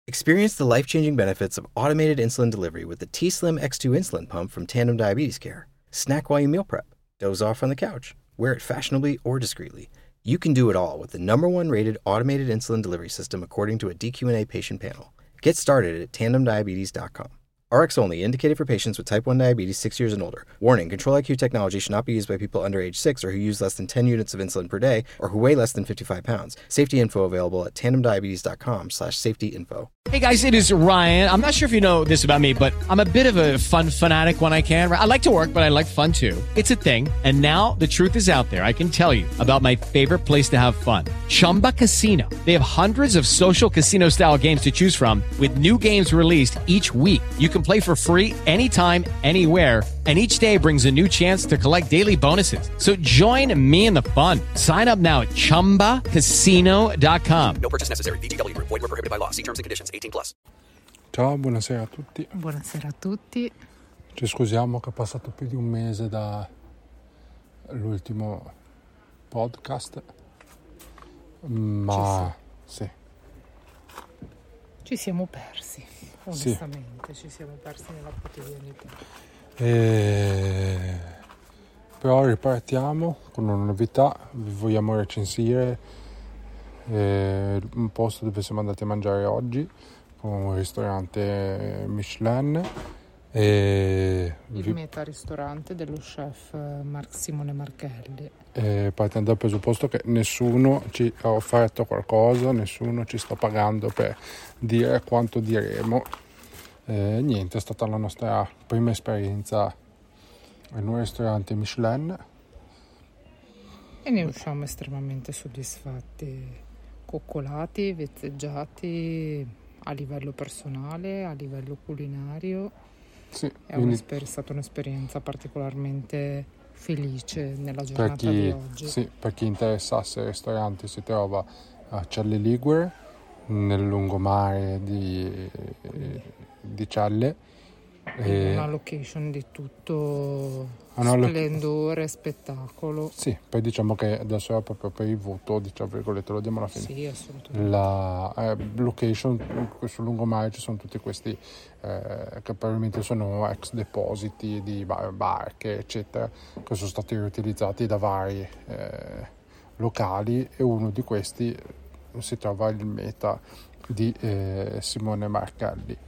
Experience the life-changing benefits of automated insulin delivery with the t:slim X2 insulin pump from Tandem Diabetes Care. Snack while you meal prep, doze off on the couch, wear it fashionably or discreetly. You can do it all with the #1 rated automated insulin delivery system according to a DQ&A patient panel. Get started at tandemdiabetes.com. RX only, indicated for patients with type 1 diabetes 6 years and older. Warning, Control-IQ technology should not be used by people under age 6 or who use less than 10 units of insulin per day or who weigh less than 55 pounds. Safety info available at tandemdiabetes.com/safety info. Hey guys, it is Ryan. I'm not sure if you know this about me, but I'm a bit of a fun fanatic when I can. I like to work, but I like fun too. It's a thing. And now the truth is out there. I can tell you about my favorite place to have fun. Chumba Casino. They have hundreds of social casino style games to choose from with new games released each week. You can play for free anytime, anywhere. And each day brings a new chance to collect daily bonuses. So join me in the fun. Sign up now at ChumbaCasino.com. No purchase necessary. VGW Group. Void where prohibited by law. See terms and conditions. 18+. Ciao, buonasera a tutti. Buonasera a tutti. Ci scusiamo che è passato più di un mese dall'ultimo podcast, ma sì. Ci siamo persi, onestamente, ci siamo persi nella quotidianità. Però ripartiamo con una novità. Vi vogliamo recensire un posto dove siamo andati a mangiare oggi, con un ristorante Michelin, il meta ristorante dello chef Simone Marchelli. Partendo dal presupposto che nessuno ci ha offerto qualcosa, nessuno ci sta pagando per dire quanto diremo. Niente, è stata la nostra prima esperienza in un ristorante Michelin e ne usciamo estremamente soddisfatti, coccolati, vezzeggiati a livello personale, a livello culinario. Sì, è stata un'esperienza particolarmente felice nella giornata di oggi. Sì, per chi interessasse, il ristorante si trova a Celle Ligure, nel lungomare di Celle. Una location di tutto splendore e spettacolo. Sì, poi diciamo che adesso è proprio per il voto, diciamo, virgolette, lo diamo alla fine. Sì, assolutamente. La location sul lungomare ci sono tutti questi che probabilmente sono ex depositi di barche, eccetera, che sono stati riutilizzati da vari locali, e uno di questi si trova il meta di Simone Marchelli.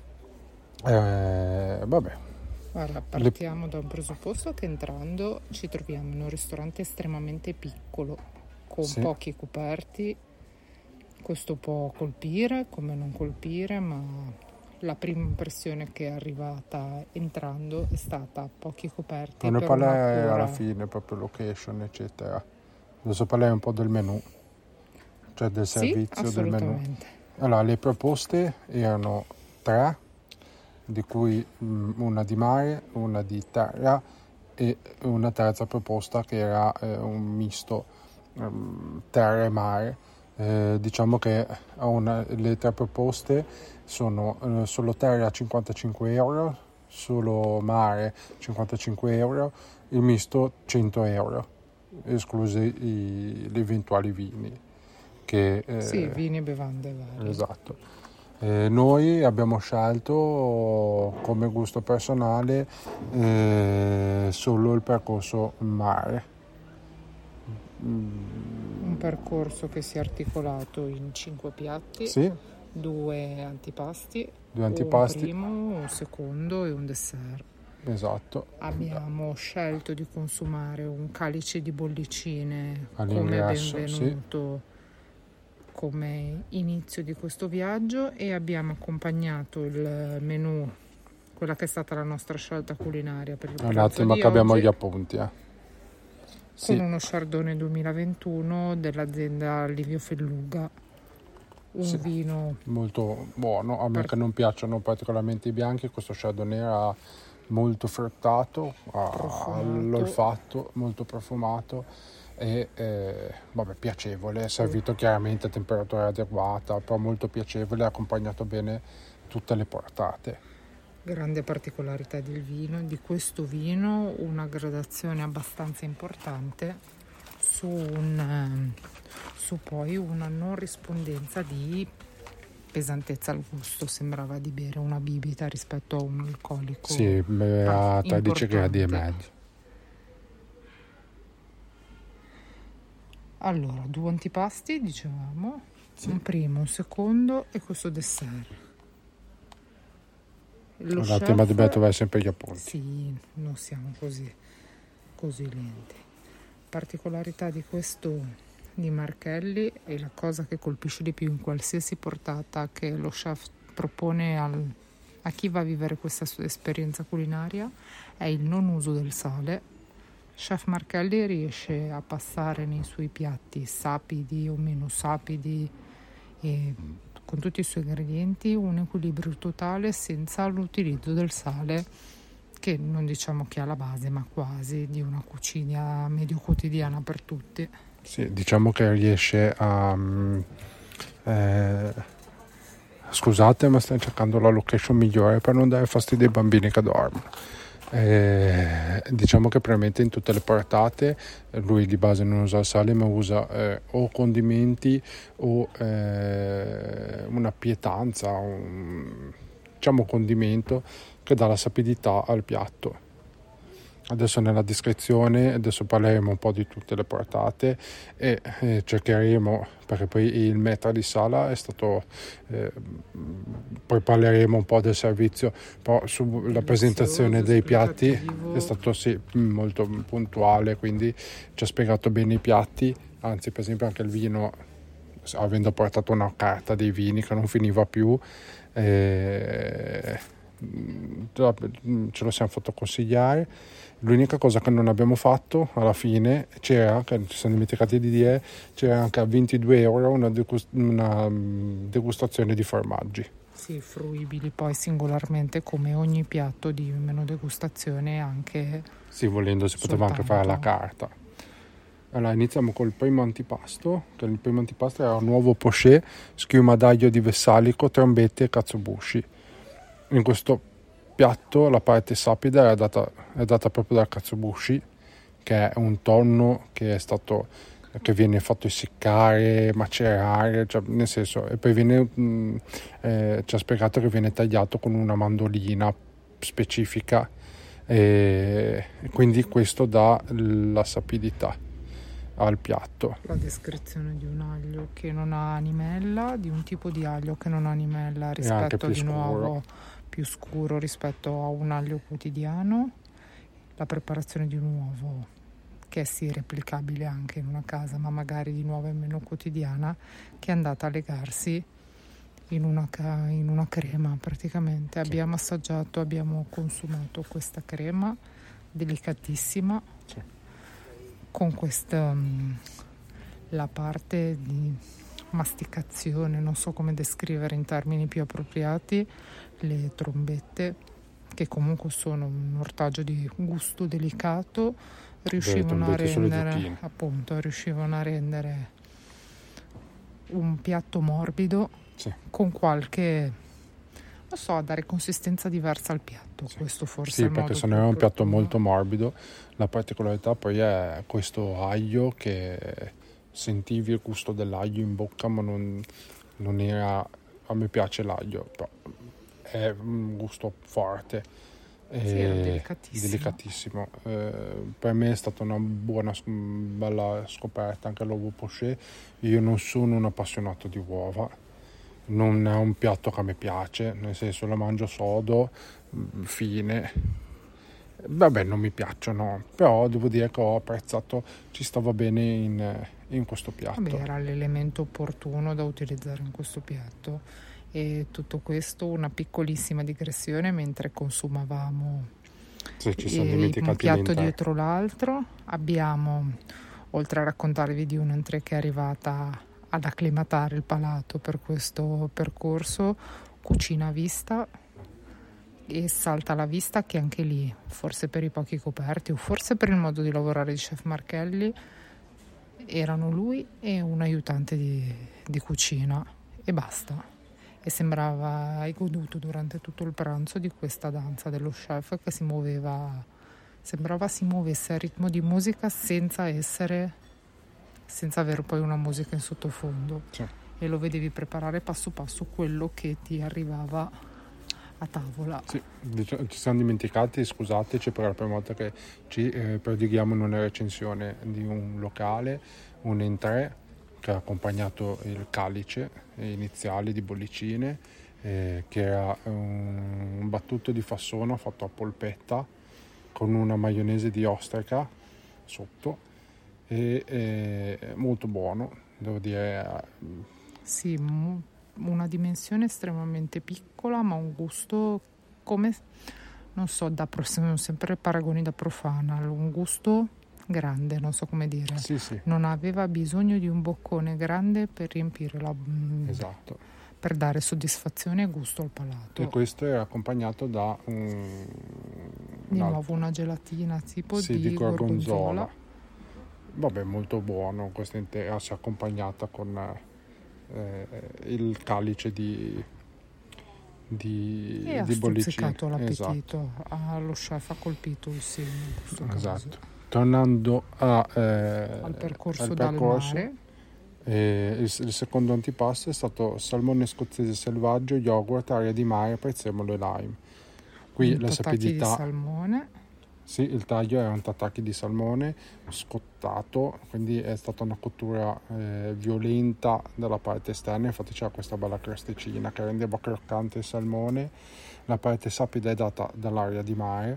Vabbè. Guarda, partiamo da un presupposto che entrando ci troviamo in un ristorante estremamente piccolo, con pochi coperti. Questo può colpire come non colpire, ma la prima impressione che è arrivata entrando è stata pochi coperti. Non ne parlerei alla fine, proprio location, eccetera. Adesso parlerei un po' del menù, cioè del servizio del menù. Allora, le proposte erano 3, di cui una di mare, una di terra e una terza proposta che era un misto terra e mare. Diciamo che le 3 proposte sono solo terra a 55 euro, solo mare 55 euro, il misto 100 euro, esclusi gli eventuali vini. Vini e bevande varie. Esatto. Noi abbiamo scelto come gusto personale solo il percorso mare. Un percorso che si è articolato in 5 piatti, 2 antipasti, un primo, un secondo e un dessert. Esatto. Abbiamo scelto di consumare un calice di bollicine come benvenuto, come inizio di questo viaggio, e abbiamo accompagnato il menù, quella che è stata la nostra scelta culinaria per il pranzo. Un attimo che abbiamo gli appunti. Con uno Chardonnay 2021 dell'azienda Livio Felluga, vino molto buono. A me che non piacciono particolarmente i bianchi, questo Chardonnay era molto fruttato, all'olfatto, molto profumato e piacevole, servito chiaramente a temperatura adeguata, però molto piacevole, accompagnato bene tutte le portate. Grande particolarità di questo vino, una gradazione abbastanza importante su poi una non rispondenza di pesantezza al gusto, sembrava di bere una bibita rispetto a un alcolico. Sì, a 13 gradi e importante. mezzo. Allora, 2 antipasti, dicevamo, Sì. un primo, un secondo e questo dessert. Lo La chef- tema dobbiamo trovare sempre gli appunti. Sì, non siamo così lenti. Particolarità di questo di Marchelli e la cosa che colpisce di più in qualsiasi portata che lo chef propone a chi va a vivere questa sua esperienza culinaria è il non uso del sale. Chef Marchelli riesce a passare nei suoi piatti sapidi o meno sapidi e con tutti i suoi ingredienti un equilibrio totale senza l'utilizzo del sale, che non diciamo che è alla base, ma quasi, di una cucina medio quotidiana per tutti. Sì, diciamo che riesce a... scusate, ma stai cercando la location migliore per non dare fastidio ai bambini che dormono. Diciamo che probabilmente in tutte le portate lui di base non usa il sale, ma usa o condimenti o una pietanza, diciamo condimento che dà la sapidità al piatto. Adesso nella descrizione, adesso parleremo un po' di tutte le portate e cercheremo, perché poi il metro di sala è stato, poi parleremo un po' del servizio, però sulla presentazione dei piatti è stato molto puntuale, quindi ci ha spiegato bene i piatti, anzi per esempio anche il vino, avendo portato una carta dei vini che non finiva più, ce lo siamo fatto consigliare. L'unica cosa che non abbiamo fatto alla fine c'era, che ci siamo dimenticati di dire, c'era anche a 22 euro una degustazione di formaggi. Sì, fruibili poi singolarmente come ogni piatto di menù degustazione, anche sì, volendo si poteva anche fare alla carta. Allora iniziamo col primo antipasto, che il primo antipasto era un uovo poché, schiuma d'aglio di Vessalico, trombette e katsuobushi. In questo piatto la parte sapida è data proprio dal katsuobushi, che è un tonno che viene fatto essiccare, macerare, cioè nel senso, e poi ci ha spiegato che viene tagliato con una mandolina specifica, e quindi questo dà la sapidità al piatto. La descrizione di un aglio che non ha animella, di un tipo di aglio che non ha animella rispetto di nuovo più scuro rispetto a un aglio quotidiano, la preparazione di un uovo che è sì replicabile anche in una casa, ma magari di nuovo è meno quotidiana, che è andata a legarsi in una crema praticamente. Sì. Abbiamo assaggiato, abbiamo consumato questa crema delicatissima, sì, con questa la parte di masticazione, non so come descrivere in termini più appropriati, le trombette, che comunque sono un ortaggio di gusto delicato, riuscivano a rendere un piatto morbido, sì, con qualche, non so, a dare consistenza diversa al piatto. Sì. Questo forse sì, perché se no è un piatto molto morbido. La particolarità poi è questo aglio, che sentivi il gusto dell'aglio in bocca, ma non era, a me piace l'aglio, però è un gusto forte. Sì, delicatissimo. Per me è stata una bella scoperta anche l'uovo poché. Io non sono un appassionato di uova, non è un piatto che a me piace, nel senso lo mangio sodo, fine, vabbè, non mi piacciono, però devo dire che ho apprezzato, ci stava bene in questo piatto. Vabbè, era l'elemento opportuno da utilizzare in questo piatto. E tutto questo, una piccolissima digressione, mentre consumavamo un piatto dietro l'altro, abbiamo, oltre a raccontarvi di un'entrée che è arrivata ad acclimatare il palato per questo percorso, cucina a vista e salta alla vista, che anche lì, forse per i pochi coperti o forse per il modo di lavorare di chef Marchelli, erano lui e un aiutante di cucina e basta. E sembrava, hai goduto durante tutto il pranzo di questa danza dello chef che sembrava si muovesse a ritmo di musica senza avere poi una musica in sottofondo. Sì. e lo vedevi preparare passo passo quello che ti arrivava a tavola. Sì, ci siamo dimenticati, scusateci, per la prima volta che ci prodighiamo in una recensione di un locale, un entrée che ha accompagnato il calice iniziale di bollicine, che era un battuto di fassona fatto a polpetta con una maionese di ostrica sotto, e molto buono, devo dire. Sì, una dimensione estremamente piccola, ma un gusto come, non so, sono sempre paragoni da profana, un gusto grande, non so come dire. Sì, sì. Non aveva bisogno di un boccone grande per riempire Esatto. per dare soddisfazione e gusto al palato. E questo era accompagnato da nuovo una gelatina tipo di gorgonzola. Vabbè, molto buono. Questa intera si è accompagnata con il calice di ha bollicine. stuzzicato l'appetito. Esatto. Lo chef ha colpito il segno in questo Esatto. caso. Tornando al percorso dal mare, il secondo antipasto è stato salmone scozzese selvaggio, yogurt, aria di mare, prezzemolo e lime. Qui la sapidità di salmone. Sì, il taglio è un tataki di salmone scottato, quindi è stata una cottura violenta dalla parte esterna, infatti c'era questa bella crosticina che rendeva croccante il salmone. La parte sapida è data dall'aria di mare.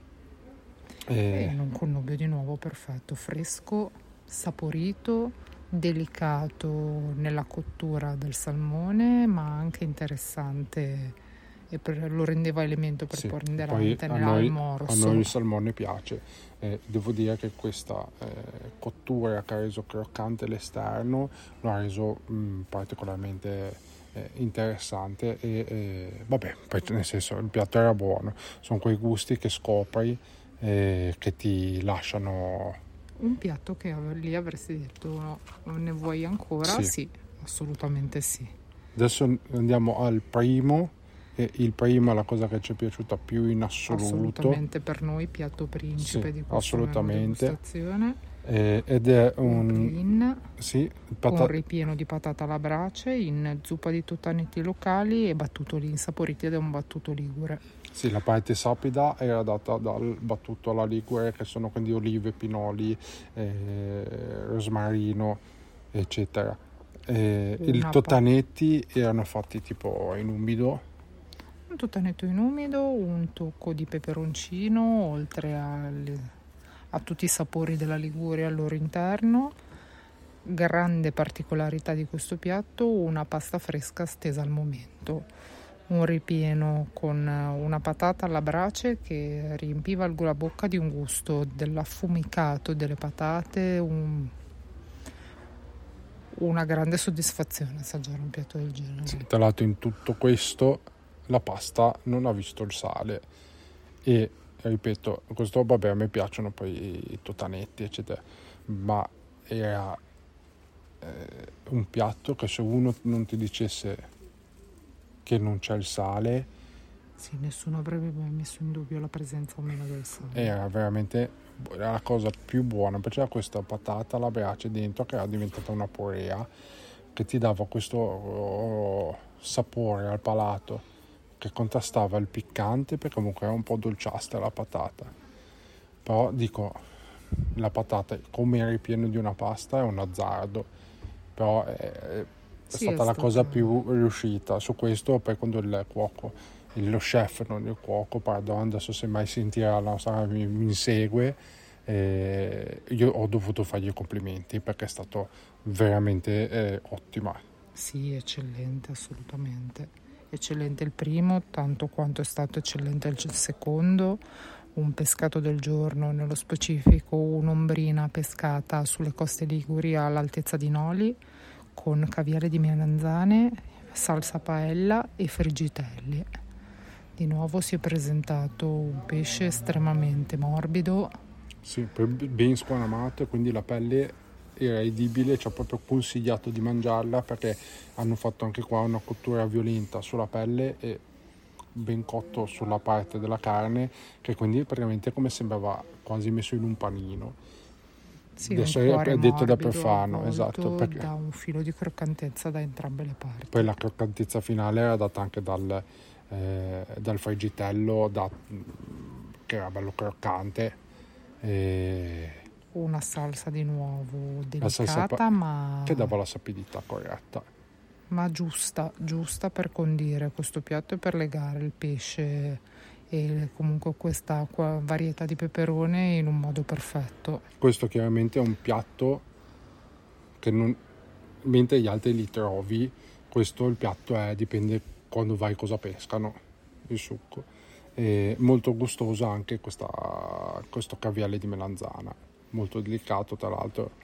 E in un connubio di nuovo perfetto, fresco, saporito, delicato nella cottura del salmone, ma anche interessante, e lo rendeva elemento preponderante nell'almorso. A noi il salmone piace, devo dire che questa cottura che ha reso croccante l'esterno lo ha reso particolarmente interessante, e vabbè, nel senso, il piatto era buono. Sono quei gusti che scopri, che ti lasciano. Un piatto che lì avresti detto no, ne vuoi ancora? Sì, assolutamente sì. Adesso andiamo al primo. Il primo è la cosa che ci è piaciuta più in assoluto. Assolutamente per noi piatto principe di questa degustazione. Ed è un green, con ripieno di patata alla brace in zuppa di totanetti locali e battutoli insaporiti da un battuto ligure. Sì, la parte sapida era data dal battuto alla ligure, che sono quindi olive, pinoli, rosmarino, eccetera. I totanetti erano fatti tipo in umido. Un totanetto in umido, un tocco di peperoncino, oltre a tutti i sapori della Liguria al loro interno. Grande particolarità di questo piatto, una pasta fresca stesa al momento. Un ripieno con una patata alla brace che riempiva la bocca di un gusto dell'affumicato delle patate, una grande soddisfazione assaggiare un piatto del genere. Sì, tra l'altro in tutto questo la pasta non ha visto il sale, e ripeto, questo vabbè, a me piacciono poi i totanetti eccetera, ma era un piatto che se uno non ti dicesse che non c'è il sale, sì, nessuno avrebbe mai messo in dubbio la presenza o meno del sale. Era veramente la cosa più buona, perché c'era questa patata alla brace dentro che era diventata una porea che ti dava questo sapore al palato che contrastava il piccante, perché comunque era un po' dolciastra la patata. Però dico, la patata come ripieno di una pasta è un azzardo, però è stata la cosa più riuscita su questo. Poi quando il cuoco, lo chef, non il cuoco, pardon, adesso se mai sentirà la nostra, mi segue, io ho dovuto fargli i complimenti perché è stato veramente ottima. Sì, eccellente, assolutamente. Eccellente il primo, tanto quanto è stato eccellente il secondo. Un pescato del giorno, nello specifico un'ombrina pescata sulle coste liguri all'altezza di Noli, con caviale di melanzane, salsa paella e friggitelli. Di nuovo si è presentato un pesce estremamente morbido. Sì, ben squamato, quindi la pelle era edibile, ci ha proprio consigliato di mangiarla perché hanno fatto anche qua una cottura violenta sulla pelle e ben cotto sulla parte della carne, che quindi praticamente come sembrava quasi messo in un panino. Sì, adesso un è cuore detto da morbido, profano, avvolto, esatto, perché dà un filo di croccantezza da entrambe le parti. poi la croccantezza finale era data anche dal friggitello che era bello croccante, e Una salsa di nuovo la salsa delicata, che dava la sapidità corretta. ma giusta per condire questo piatto e per legare il pesce e comunque questa varietà di peperone in un modo perfetto. Questo chiaramente è un piatto che non, mentre gli altri li trovi, questo il piatto dipende quando vai cosa pescano, il succo. È molto gustoso anche questo caviale di melanzana, molto delicato tra l'altro.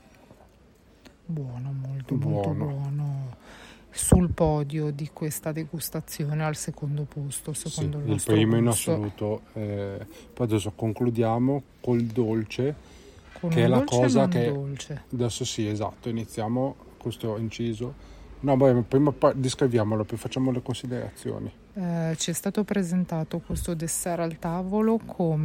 Buono, molto buono. Sul podio di questa degustazione al secondo posto, secondo il nostro primo in gusto. assoluto. Poi adesso concludiamo col dolce, Con che è un la dolce cosa non che dolce. adesso sì, esatto, iniziamo questo inciso. No, prima descriviamolo, poi facciamo le considerazioni. Ci è stato presentato questo dessert al tavolo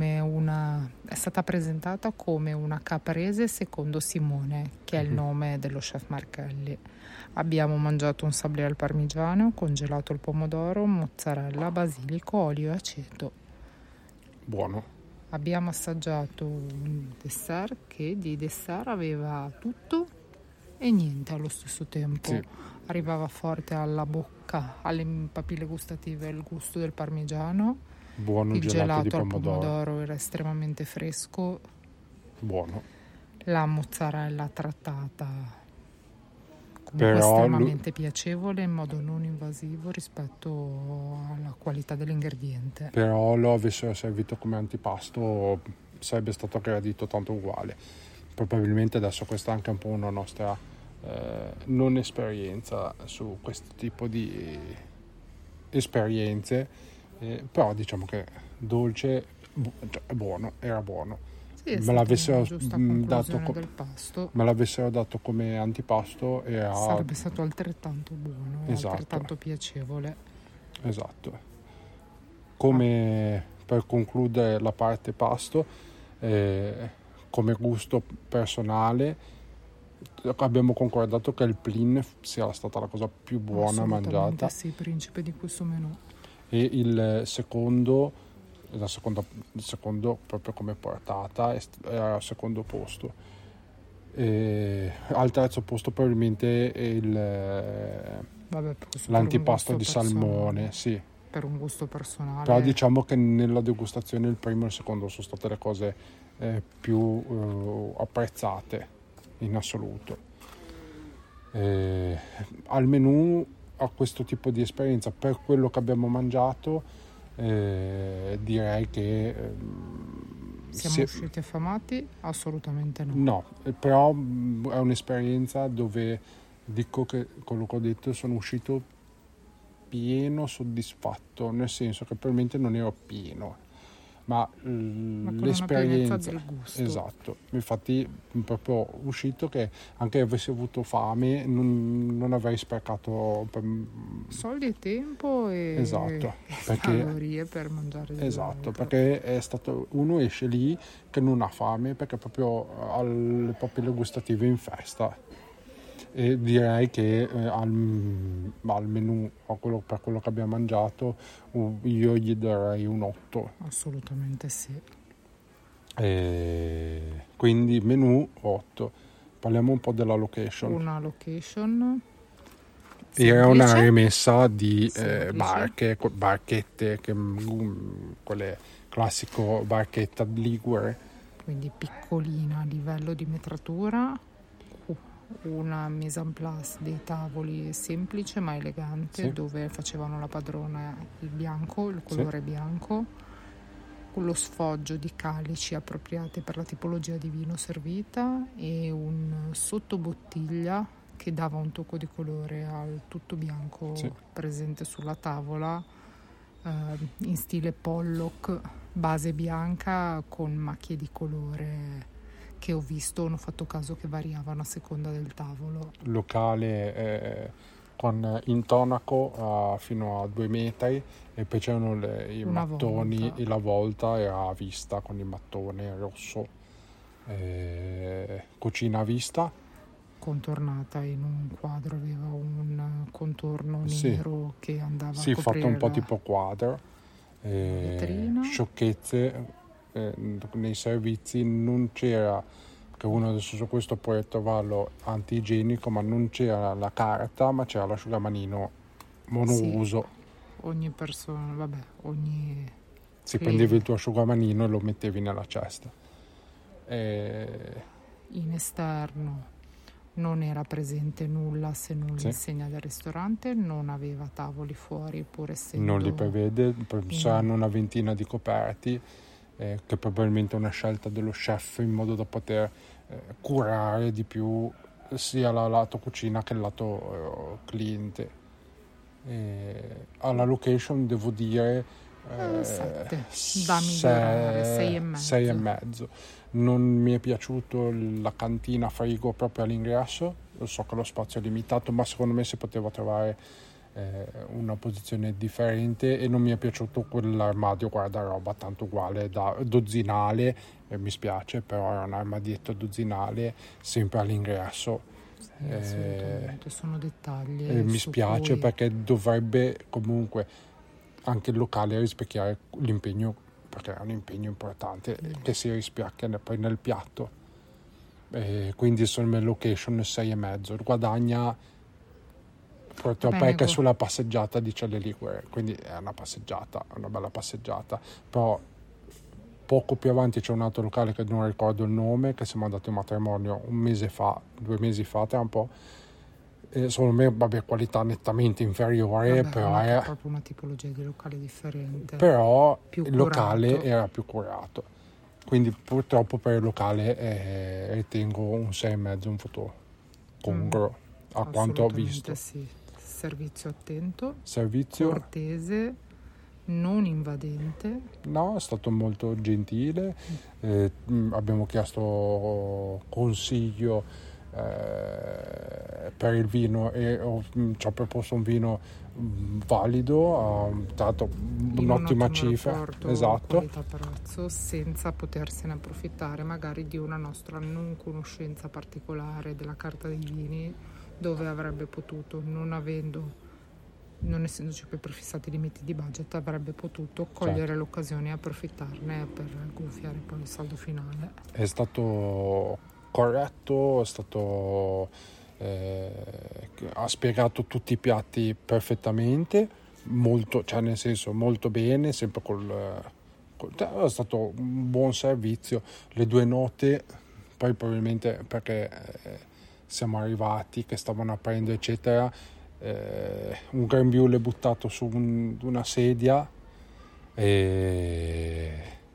è stata presentata come una caprese secondo Simone, che è il nome dello chef Marchelli. Abbiamo mangiato un sablé al parmigiano, congelato il pomodoro, mozzarella, basilico, olio e aceto. Buono. Abbiamo assaggiato un dessert che di dessert aveva tutto e niente allo stesso tempo. Sì. Arrivava forte alla bocca, alle papille gustative, il gusto del parmigiano. Buono Il gelato di gelato al pomodoro. pomodoro era estremamente fresco. Buono. La mozzarella trattata comunque Però estremamente piacevole, in modo non invasivo rispetto alla qualità dell'ingrediente. Però lo avessero servito come antipasto sarebbe stato gradito tanto uguale. Probabilmente adesso questa è anche un po' una nostra non esperienza su questo tipo di esperienze, però diciamo che dolce è buono, era buono. Sì, Me l'avessero dato come antipasto sarebbe stato altrettanto buono e esatto. altrettanto piacevole. Esatto. Come per concludere la parte pasto, come gusto personale abbiamo concordato che il plin sia stata la cosa più buona mangiata. Sì, principe di questo menù. E il secondo proprio come portata era al secondo posto. Al terzo posto probabilmente l'antipasto di salmone, sì. Per un gusto personale. Però diciamo che nella degustazione il primo e il secondo sono state le cose più apprezzate in assoluto. Al menù, a questo tipo di esperienza, per quello che abbiamo mangiato, direi che siamo usciti affamati? Assolutamente no. No, però è un'esperienza dove dico che quello che ho detto sono uscito pieno, soddisfatto, nel senso che probabilmente non ero pieno, ma l'esperienza del gusto. Esatto, infatti proprio uscito che anche avessi avuto fame non avrei sprecato soldi e tempo e calorie per mangiare. Esatto, perché è stato, uno esce lì che non ha fame perché proprio ha le papille gustative in festa. E direi che al menù, per quello che abbiamo mangiato, io gli darei un 8. Assolutamente sì. Quindi menù 8. Parliamo un po' della location. Una location era una rimessa di barchette, quelle classico barchetta ligure. Quindi piccolina a livello di metratura, una mise en place dei tavoli semplice ma elegante, sì, dove facevano la padrona il colore bianco, con lo sfoggio di calici appropriati per la tipologia di vino servita e un sottobottiglia che dava un tocco di colore al tutto bianco, sì, presente sulla tavola, in stile Pollock, base bianca con macchie di colore che ho fatto caso che variavano a seconda del tavolo. Locale con intonaco fino a 2 metri e poi c'erano i mattoni volta. E la volta era a vista con il mattone rosso. cucina a vista, contornata in un quadro, aveva un contorno sì, nero che andava sì, a coprire fatto un po' tipo quadro, vetrina. sciocchezze nei servizi. Non c'era, che uno adesso su questo può trovarlo anti-igienico, ma non c'era la carta, ma c'era l'asciugamanino monouso. Sì, ogni persona, vabbè, ogni Si prendevi il tuo asciugamanino e lo mettevi nella cesta. In esterno non era presente nulla se non Sì. l'insegna del ristorante, non aveva tavoli fuori pur essendo... Non li prevede, saranno una ventina di coperti, che probabilmente è una scelta dello chef in modo da poter curare di più sia il lato cucina che il lato cliente. Alla location devo dire 7, da migliorare, 6,5. 6,5. Non mi è piaciuto la cantina frigo proprio all'ingresso, lo so che lo spazio è limitato, ma secondo me si poteva trovare una posizione differente, e non mi è piaciuto quell'armadio guardaroba tanto uguale da dozzinale, mi spiace, però era un armadietto dozzinale sempre all'ingresso. Sì, assolutamente, sono dettagli. Mi spiace cui... perché dovrebbe comunque anche il locale rispecchiare l'impegno, perché è un impegno importante che si rispecchia poi nel piatto. Quindi sono location 6,5, guadagna purtroppo perché sulla passeggiata di Celle Ligure, quindi è una passeggiata, una bella passeggiata, però poco più avanti c'è un altro locale che non ricordo il nome, che siamo andati a un matrimonio 2 mesi fa, tra un po'. Secondo me, vabbè, qualità nettamente inferiore, però è proprio una tipologia di locale differente. Però più il locale era più curato, quindi purtroppo per il locale ritengo un 6,5 un voto congruo a quanto ho visto. Sì. Servizio attento, servizio cortese, non invadente. No, è stato molto gentile. Abbiamo chiesto consiglio per il vino e ci ha proposto un vino valido, ha dato un'ottima cifra, esatto, qualità-prezzo, senza potersene approfittare magari di una nostra non conoscenza particolare della carta dei vini, dove avrebbe potuto, non essendoci poi prefissati limiti di budget, avrebbe potuto cogliere l'occasione e approfittarne per gonfiare poi il saldo finale. È stato corretto, è stato ha spiegato tutti i piatti perfettamente, molto, cioè nel senso molto bene, sempre è stato un buon servizio. Le 2 note poi probabilmente perché siamo arrivati che stavano aprendo eccetera, un grembiule buttato su una sedia e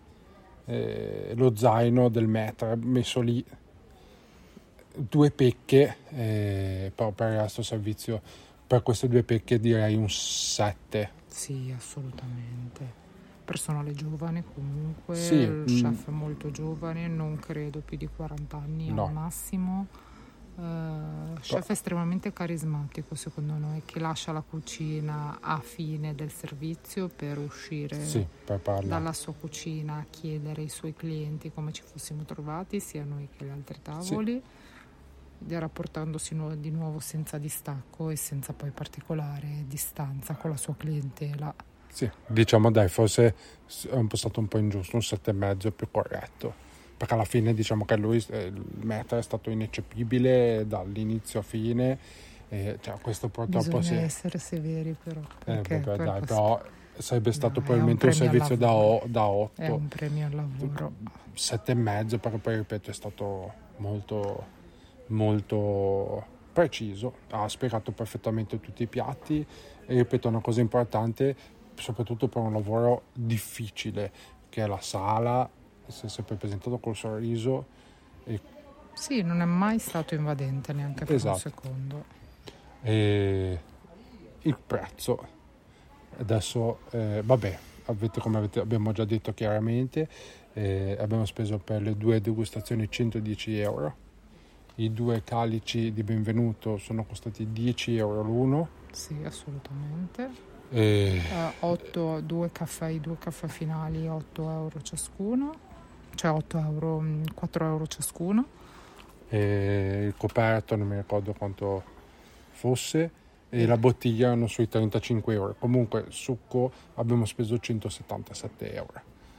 lo zaino del maître messo lì, 2 pecche, però per il resto servizio, per queste 2 pecche direi un 7. Sì, assolutamente. Personale giovane comunque, sì, il chef molto giovane, non credo più di 40 anni al massimo. Chef estremamente carismatico secondo noi, che lascia la cucina a fine del servizio per uscire dalla sua cucina a chiedere ai suoi clienti come ci fossimo trovati, sia noi che gli altri tavoli, rapportandosi di nuovo senza distacco e senza poi particolare distanza con la sua clientela. Sì, diciamo dai, forse è stato un po' ingiusto, un 7,5 è più corretto, perché alla fine diciamo che lui, il maître è stato ineccepibile dall'inizio a fine, cioè questo purtroppo bisogna essere severi però, però sarebbe stato probabilmente un servizio da 8, è un premio al lavoro. 7,5 perché poi ripeto è stato molto molto preciso, ha spiegato perfettamente tutti i piatti e ripeto una cosa importante soprattutto per un lavoro difficile che è la sala, si è sempre presentato col sorriso sì, non è mai stato invadente neanche per un secondo. E il prezzo adesso abbiamo già detto chiaramente, abbiamo speso per le 2 degustazioni 110 euro. I 2 calici di benvenuto sono costati 10 euro l'uno. Sì, assolutamente. 2 caffè finali, 8 euro ciascuno. cioè 8 euro, 4 euro ciascuno. E il coperto non mi ricordo quanto fosse, e la bottiglia erano sui 35 euro. Comunque succo abbiamo speso 177 euro.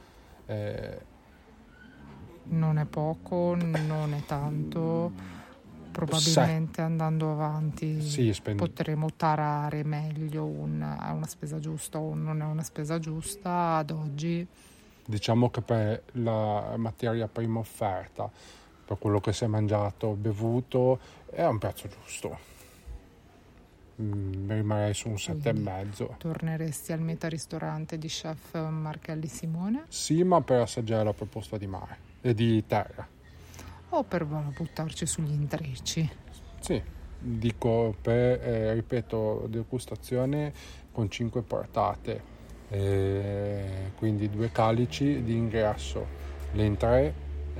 Non è poco, non è tanto. Probabilmente andando avanti potremo tarare meglio è una spesa giusta o non è una spesa giusta. Ad oggi diciamo che per la materia prima offerta, per quello che si è mangiato o bevuto, è un prezzo giusto. Rimarrei su un 7,5. Torneresti al meta ristorante di chef Marchelli Simone? Sì, ma per assaggiare la proposta di mare e di terra. O per buttarci sugli intrecci? Sì, dico ripeto, degustazione con 5 portate, quindi 2 calici di ingresso, l'entrée,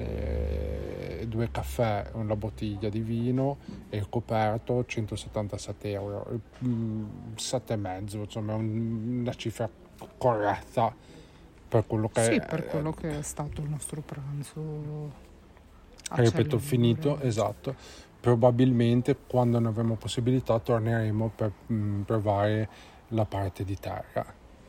2 caffè, una bottiglia di vino e il coperto 177 euro, 7,5, insomma è una cifra corretta per quello che sì, per quello che è stato il nostro pranzo. Ripeto, finito, esatto. Probabilmente quando ne avremo possibilità torneremo per provare la parte di terra.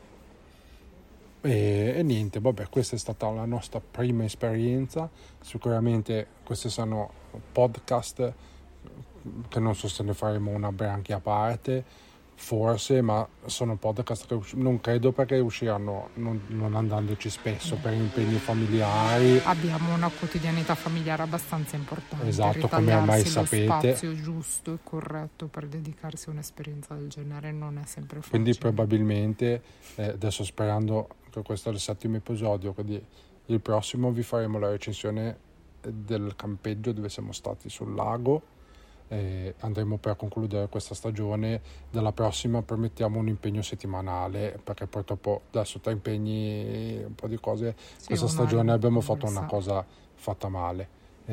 E niente, vabbè, questa è stata la nostra prima esperienza. Sicuramente questi sono podcast che non so se ne faremo una branchia a parte, forse, ma sono podcast che non credo, perché usciranno non andandoci spesso per impegni familiari. Abbiamo una quotidianità familiare abbastanza importante. Esatto, come ormai sapete. Lo spazio giusto e corretto per dedicarsi a un'esperienza del genere non è sempre facile. Quindi probabilmente, adesso sperando che questo è il 7° episodio, quindi il prossimo vi faremo la recensione del campeggio dove siamo stati sul lago. Andremo per concludere questa stagione. Dalla prossima permettiamo un impegno settimanale, perché purtroppo adesso tra impegni un po' di cose questa stagione abbiamo fatto una cosa fatta male.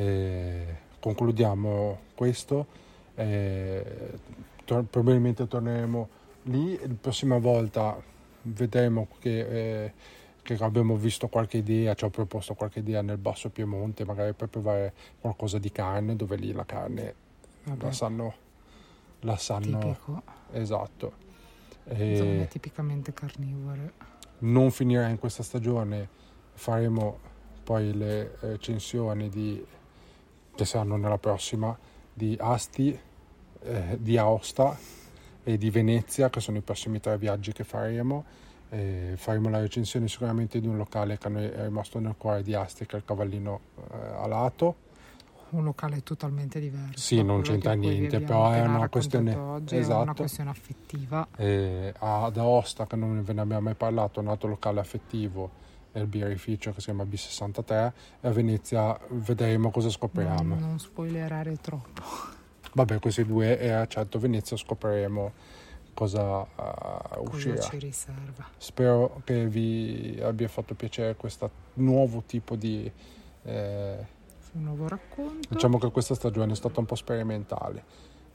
Concludiamo questo, probabilmente torneremo lì la prossima volta, vedremo che abbiamo visto qualche idea, ci ho proposto qualche idea nel Basso Piemonte, magari per provare qualcosa di carne, dove lì la carne la sanno tipico. Esatto. Zone tipicamente carnivore. Non finirà in questa stagione, faremo poi le recensioni che saranno nella prossima, di Asti, di Aosta e di Venezia, che sono i prossimi 3 viaggi che faremo. Faremo la recensione sicuramente di un locale che a noi è rimasto nel cuore di Asti, che è il Cavallino Alato. Un locale totalmente diverso. Sì, non c'entra niente, però è una questione oggi, esatto. È una questione affettiva. Ad Aosta, che non ve ne abbiamo mai parlato, un altro locale affettivo è il birrificio che si chiama B63, e a Venezia vedremo cosa scopriamo. Non spoilerare troppo. Vabbè, questi 2, e certo Venezia scopriremo cosa uscirà. Cosa ci riserva. Spero che vi abbia fatto piacere questo nuovo tipo di un nuovo racconto. Diciamo che questa stagione è stata un po' sperimentale.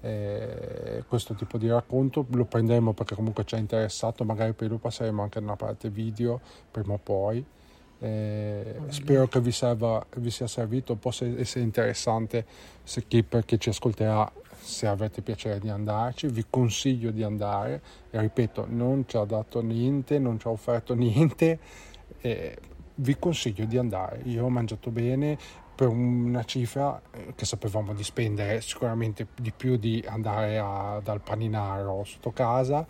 Questo tipo di racconto lo prenderemo perché comunque ci ha interessato, magari poi lo passeremo anche nella parte video prima o poi. Spero che vi sia servito, possa essere interessante per chi ci ascolterà. Se avete piacere di andarci, vi consiglio di andare, e ripeto, non ci ha dato niente, non ci ha offerto niente, vi consiglio di andare. Io ho mangiato bene per una cifra che sapevamo di spendere sicuramente di più di andare dal paninaro sotto casa.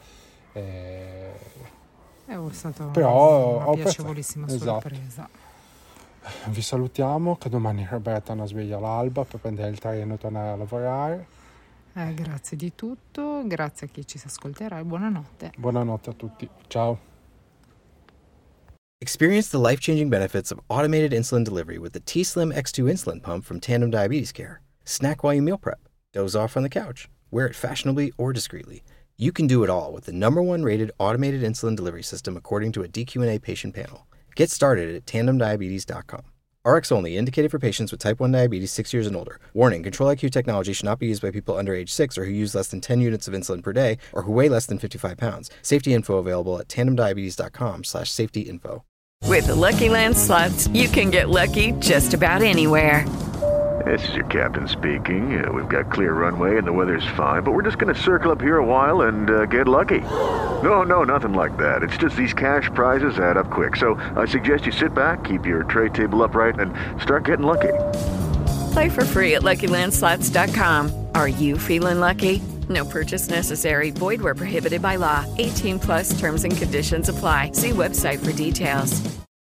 È stata però una piacevolissima sorpresa. Esatto. Vi salutiamo, che domani Roberta ha una sveglia all'alba per prendere il treno e tornare a lavorare. Grazie di tutto, grazie a chi ci ascolterà e buonanotte. Buonanotte a tutti, ciao. Experience the life-changing benefits of automated insulin delivery with the t:slim X2 insulin pump from Tandem Diabetes Care. Snack while you meal prep. Doze off on the couch. Wear it fashionably or discreetly. You can do it all with the #1 rated automated insulin delivery system according to a DQ&A patient panel. Get started at tandemdiabetes.com. RX only, indicated for patients with type 1 diabetes 6 years and older. Warning, Control-IQ technology should not be used by people under age 6 or who use less than 10 units of insulin per day or who weigh less than 55 pounds. Safety info available at tandemdiabetes.com/safety info. With the Lucky Land Slots, you can get lucky just about anywhere. This is your captain speaking. We've got clear runway and the weather's fine, but we're just going to circle up here a while and get lucky. No, nothing like that. It's just these cash prizes add up quick. So I suggest you sit back, keep your tray table upright, and start getting lucky. Play for free at LuckyLandSlots.com. Are you feeling lucky? No purchase necessary. Void where prohibited by law. 18+ terms and conditions apply. See website for details.